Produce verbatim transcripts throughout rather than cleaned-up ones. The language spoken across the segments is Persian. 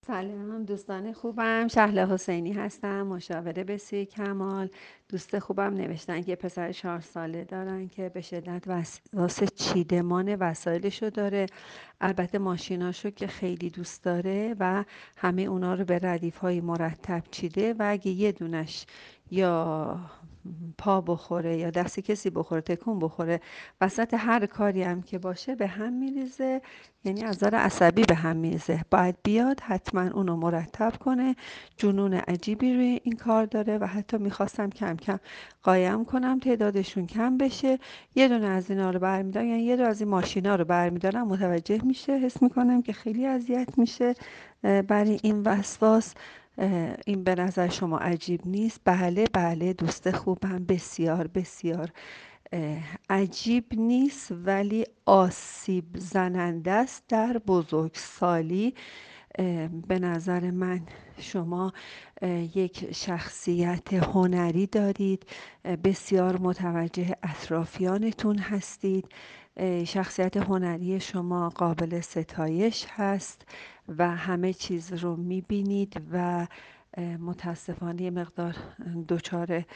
سلام دوستان خوبم، شهله حسینی هستم، مشاور بسیار کمال. دوست خوبم نوشتن که یه پسر چهار ساله دارن که به شدت وس... واسه چیدمان وسایلشو داره. البته ماشیناشو که خیلی دوست داره و همه اونا رو به ردیف‌های مرتب چیده و اگه یه دونش یا پا بخوره یا دست کسی بخوره، تکون بخوره وسط هر کاری هم که باشه به هم میریزه. یعنی از نظر عصبی به هم میریزه. باید بیاد حتما اونو مرتب کنه. جنون عجیبی روی این کار داره و حتی میخواستم کم کم قایم کنم تعدادشون کم بشه. یه دونه از اینا رو برمیدارم، یعنی یه دونه از این ماشینا رو برمیدارم، متوجه میشه، حس میکنم که خیلی اذیت میشه اه، برای این وسواس. اه، این به نظر شما عجیب نیست؟ بله بله دوست خوبم، بسیار بسیار اه، عجیب نیست، ولی آسیب زننده است در بزرگسالی. اه، به نظر من شما اه، یک شخصیت هنری دارید، اه، بسیار متوجه اطرافیانتون هستید. اه، شخصیت هنری شما قابل ستایش هست و همه چیز رو میبینید و اه، متاسفانه یه مقدار دچار اه،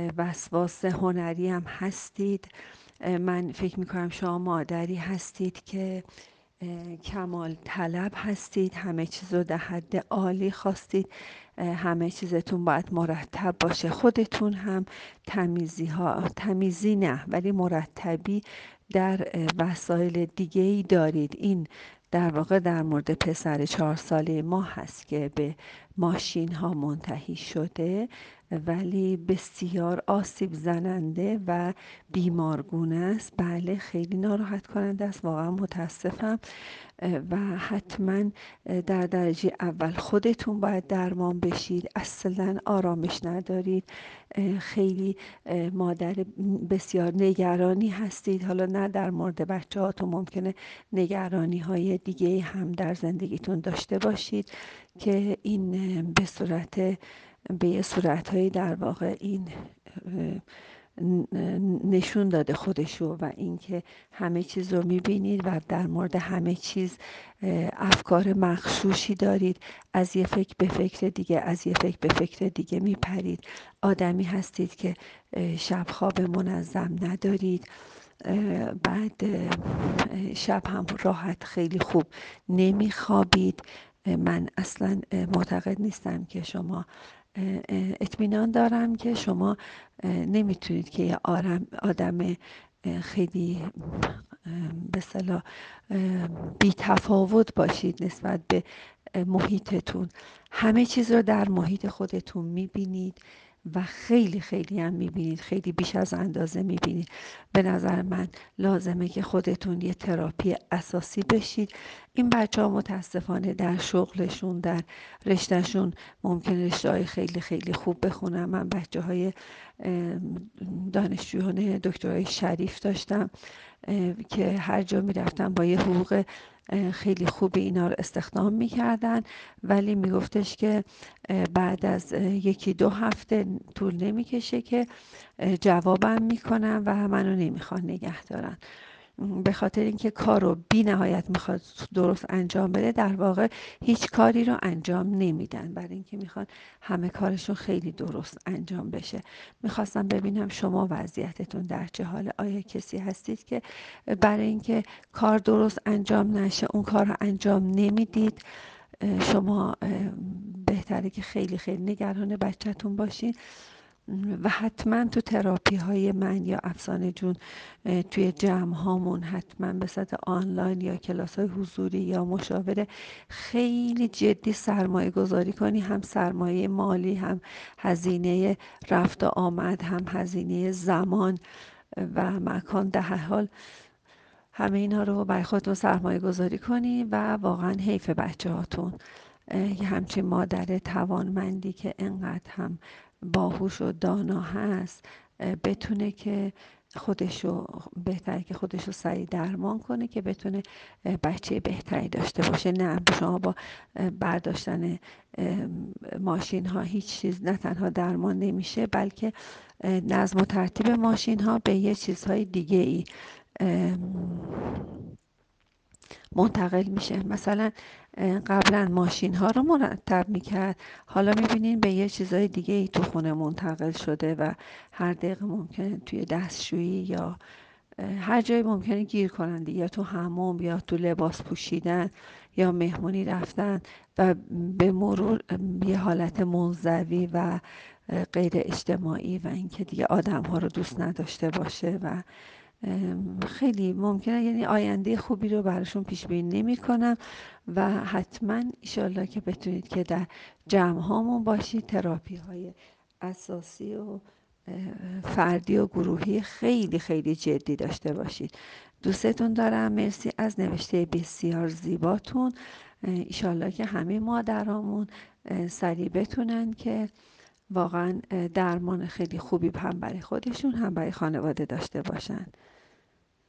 وسواس هنری هم هستید. اه، من فکر میکنم شما مادری هستید که اه، کمال طلب هستید، همه چیز رو در حد عالی خواستید. اه، همه چیزتون باید مرتب باشه، خودتون هم تمیزی ها تمیزی نه ولی مرتبی در اه، وسایل دیگه ای دارید. این در واقع در مورد پسر چهار ساله ما هست که به ماشین ها منتهی شده، ولی بسیار آسیب زننده و بیمارگونه است. بله خیلی ناراحت کننده است، واقعا متاسفم. و حتما در درجه اول خودتون باید درمان بشید، اصلا آرامش ندارید. خیلی مادر بسیار نگرانی هستید. حالا نه در مورد بچه هاتون، ممکنه نگرانی های دیگه هم در زندگیتون داشته باشید که این به صورت به یه صورتهایی در واقع این نشون داده خودشو و اینکه همه چیز رو میبینید و در مورد همه چیز افکار مغشوشی دارید. از یه فکر به فکر دیگه، از یه فکر به فکر دیگه میپرید. آدمی هستید که شب خواب منظم ندارید. بعد شب هم راحت خیلی خوب نمیخوابید. من اصلا معتقد نیستم که شما اطمینان دارم که شما نمیتونید که یه آدم خیلی به اصطلاح بی تفاوت باشید نسبت به محیطتون. همه چیز رو در محیط خودتون میبینید و خیلی خیلی هم میبینید، خیلی بیش از اندازه میبینید. به نظر من لازمه که خودتون یه تراپی اساسی بشید. این بچه ها متاسفانه در شغلشون، در رشتهشون ممکن رشته های خیلی خیلی خوب بخونم. من بچه های دانشجویان دکترای شریف داشتم که هر جا میرفتن با یه حقوق خیلی خوبی اینا رو استخدام میکردن، ولی میگفتش که بعد از یکی دو هفته طول نمیکشه که جوابم میکنن و منو نمیخوان نگه دارن. به خاطر اینکه کار رو بی نهایت میخواد درست انجام بده، در واقع هیچ کاری رو انجام نمیدن، برای اینکه میخوان همه کارشون خیلی درست انجام بشه. میخواستم ببینم شما وضعیتتون در چه حاله. آیا کسی هستید که برای اینکه کار درست انجام نشه اون کار رو انجام نمیدید؟ شما بهتره که خیلی خیلی نگران بچهتون باشین و حتما تو تراپی های من یا افسانه جون توی جمع هامون حتما به صورت آنلاین یا کلاس های حضوری یا مشاوره خیلی جدی سرمایه گذاری کنی، هم سرمایه مالی، هم هزینه رفت و آمد، هم هزینه زمان و مکان. در هر حال همه اینا رو برای خودتون سرمایه گذاری کنی و واقعا حیف بچه هاتون. یه همچین مادر توانمندی که انقدر هم باهوش و دانا هست بتونه که خودشو بهتره که خودشو سریع درمان کنه که بتونه بچه بهتری داشته باشه. نه شما با برداشتن ماشین ها هیچ چیز نه تنها درمان نمیشه، بلکه نظم و ترتیب ماشین ها به یه چیزهای دیگه ای منتقل میشه. مثلا قبلا ماشین ها رو مرتب میکرد، حالا میبینین به یه چیزای دیگه ای تو خونه منتقل شده و هر دقیقه ممکنه توی دستشویی یا هر جایی ممکنه گیر کنن دیگه، یا تو حموم یا تو لباس پوشیدن یا مهمونی رفتن و به مرور یه حالت منزوی و غیر اجتماعی و اینکه دیگه آدم ها رو دوست نداشته باشه و خیلی ممکنه، یعنی آینده خوبی رو براشون پیش بینی نمی کنم و حتما ایشالله که بتونید که در جمع هامون باشید، تراپی های اساسی و فردی و گروهی خیلی خیلی جدی داشته باشید. دوستتون دارم. مرسی از نوشته بسیار زیباتون. ایشالله که همه مادرامون سریع بتونن که واقعا درمان خیلی خوبی هم برای خودشون هم برای خانواده داشته باشن.